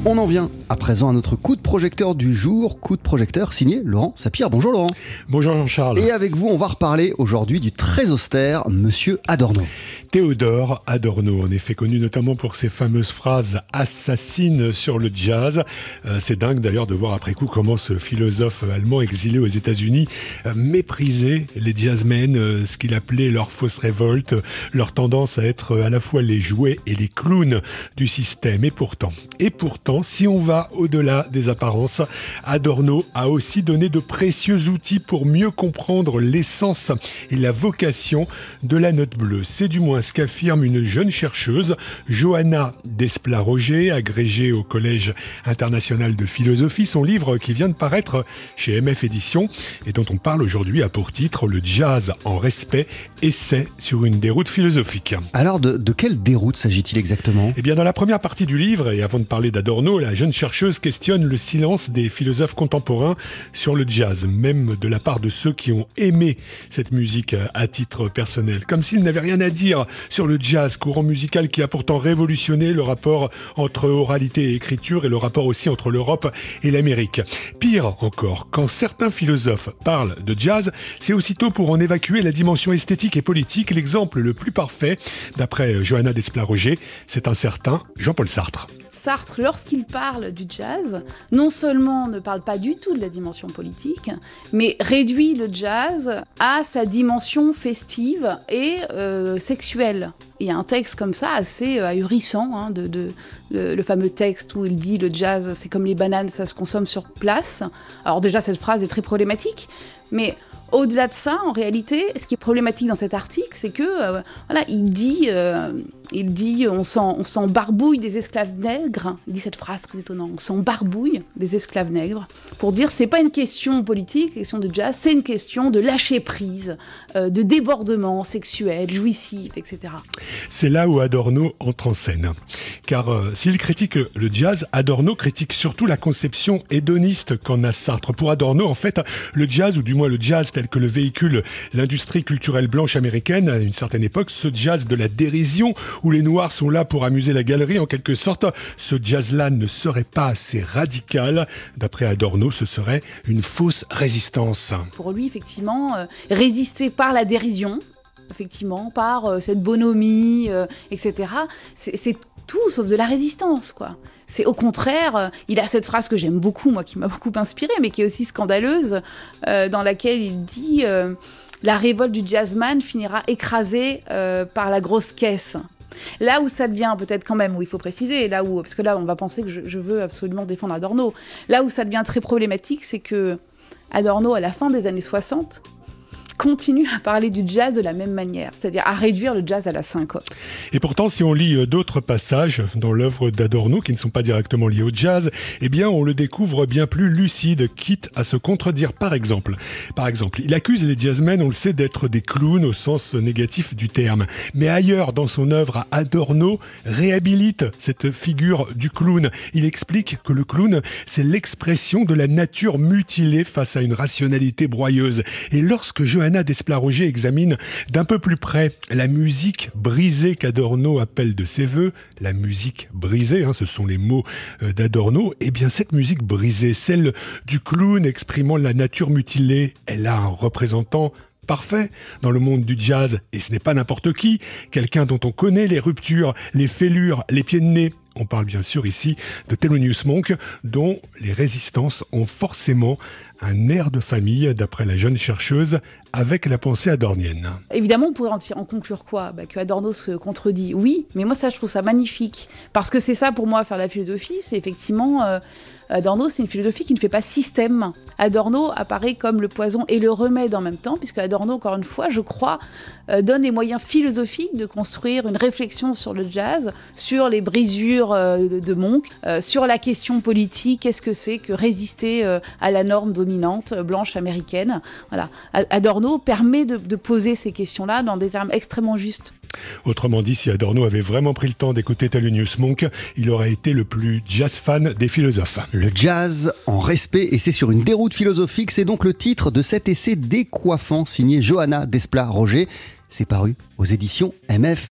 On en vient à présent à notre coup de projecteur du jour, coup de projecteur signé Laurent Sapir. Bonjour Laurent. Bonjour Jean-Charles. Et avec vous, on va reparler aujourd'hui du très austère Monsieur Adorno. Théodore Adorno, en effet connu notamment pour ses fameuses phrases assassines sur le jazz. C'est dingue d'ailleurs de voir après coup comment ce philosophe allemand exilé aux États-Unis méprisait les jazzmen, ce qu'il appelait leur fausse révolte, leur tendance à être à la fois les jouets et les clowns du système. Et pourtant, si on va au-delà des apparences, Adorno a aussi donné de précieux outils pour mieux comprendre l'essence et la vocation de la note bleue. C'est du moins ce qu'affirme une jeune chercheuse, Johanna Desplat-Roger, agrégée au Collège international de philosophie. Son livre qui vient de paraître chez MF Éditions et dont on parle aujourd'hui a pour titre « Le jazz en respect, essai sur une déroute philosophique ». Alors de quelle déroute s'agit-il exactement ? Eh bien, dans la première partie du livre, et avant de parler d'Adorno, la jeune chercheuse questionne le silence des philosophes contemporains sur le jazz, même de la part de ceux qui ont aimé cette musique à titre personnel, comme s'ils n'avaient rien à dire sur le jazz, courant musical qui a pourtant révolutionné le rapport entre oralité et écriture et le rapport aussi entre l'Europe et l'Amérique. Pire encore, quand certains philosophes parlent de jazz, c'est aussitôt pour en évacuer la dimension esthétique et politique. L'exemple le plus parfait, d'après Johanna Desplat-Roger, c'est un certain Jean-Paul Sartre. Sartre, lorsqu'il parle du jazz, non seulement ne parle pas du tout de la dimension politique, mais réduit le jazz à sa dimension festive et sexuelle. Il y a un texte comme ça, assez ahurissant, le fameux texte où il dit « le jazz, c'est comme les bananes, ça se consomme sur place ». Alors déjà, cette phrase est très problématique, mais au-delà de ça, en réalité, ce qui est problématique dans cet article, c'est que il dit on s'embarbouille des esclaves nègres. Il dit cette phrase très étonnante, on s'embarbouille des esclaves nègres, pour dire c'est pas une question politique, une question de jazz, c'est une question de lâcher prise, de débordement sexuel, jouissif, etc. C'est là où Adorno entre en scène. Car s'il critique le jazz, Adorno critique surtout la conception hédoniste qu'en a Sartre. Pour Adorno, en fait, le jazz, ou du moins le jazz tel que le véhicule l'industrie culturelle blanche américaine à une certaine époque, ce jazz de la dérision où les Noirs sont là pour amuser la galerie en quelque sorte, ce jazz-là ne serait pas assez radical. D'après Adorno, ce serait une fausse résistance. Pour lui, effectivement, résister par la dérision, effectivement, par cette bonhomie, etc., c'est tout sauf de la résistance, quoi. C'est au contraire, il a cette phrase que j'aime beaucoup, moi, qui m'a beaucoup inspirée, mais qui est aussi scandaleuse, dans laquelle il dit la révolte du jazzman finira écrasée par la grosse caisse. Là où ça devient peut-être quand même, où il faut préciser, parce que là on va penser que je veux absolument défendre Adorno, là où ça devient très problématique, c'est que Adorno, à la fin des années 60, continue à parler du jazz de la même manière, c'est-à-dire à réduire le jazz à la syncope. Et pourtant, si on lit d'autres passages dans l'œuvre d'Adorno qui ne sont pas directement liés au jazz, eh bien, on le découvre bien plus lucide, quitte à se contredire. Par exemple, il accuse les jazzmen, on le sait, d'être des clowns au sens négatif du terme. Mais ailleurs, dans son œuvre, Adorno réhabilite cette figure du clown. Il explique que le clown, c'est l'expression de la nature mutilée face à une rationalité broyeuse. Et lorsque Johanna Desplat-Roger examine d'un peu plus près la musique brisée qu'Adorno appelle de ses voeux, la musique brisée, ce sont les mots d'Adorno, eh bien cette musique brisée, celle du clown exprimant la nature mutilée, elle a un représentant parfait dans le monde du jazz, et ce n'est pas n'importe qui, quelqu'un dont on connaît les ruptures, les fêlures, les pieds de nez. On parle bien sûr ici de Thelonious Monk, dont les résistances ont forcément un air de famille, d'après la jeune chercheuse, avec la pensée adornienne. Évidemment, on pourrait en conclure quoi ? Que Adorno se contredit. Oui, mais moi ça, je trouve ça magnifique. Parce que c'est ça, pour moi, faire la philosophie, c'est effectivement... Adorno, c'est une philosophie qui ne fait pas système. Adorno apparaît comme le poison et le remède en même temps, puisque Adorno, encore une fois, je crois, donne les moyens philosophiques de construire une réflexion sur le jazz, sur les brisures de Monk, sur la question politique, qu'est-ce que c'est que résister à la norme dominante blanche américaine. Voilà. Adorno permet de poser ces questions-là dans des termes extrêmement justes. Autrement dit, si Adorno avait vraiment pris le temps d'écouter Thelonious Monk, il aurait été le plus jazz fan des philosophes. Le jazz en respect, et c'est sur une déroute philosophique, c'est donc le titre de cet essai décoiffant signé Johanna Desplat-Roger. C'est paru aux éditions MF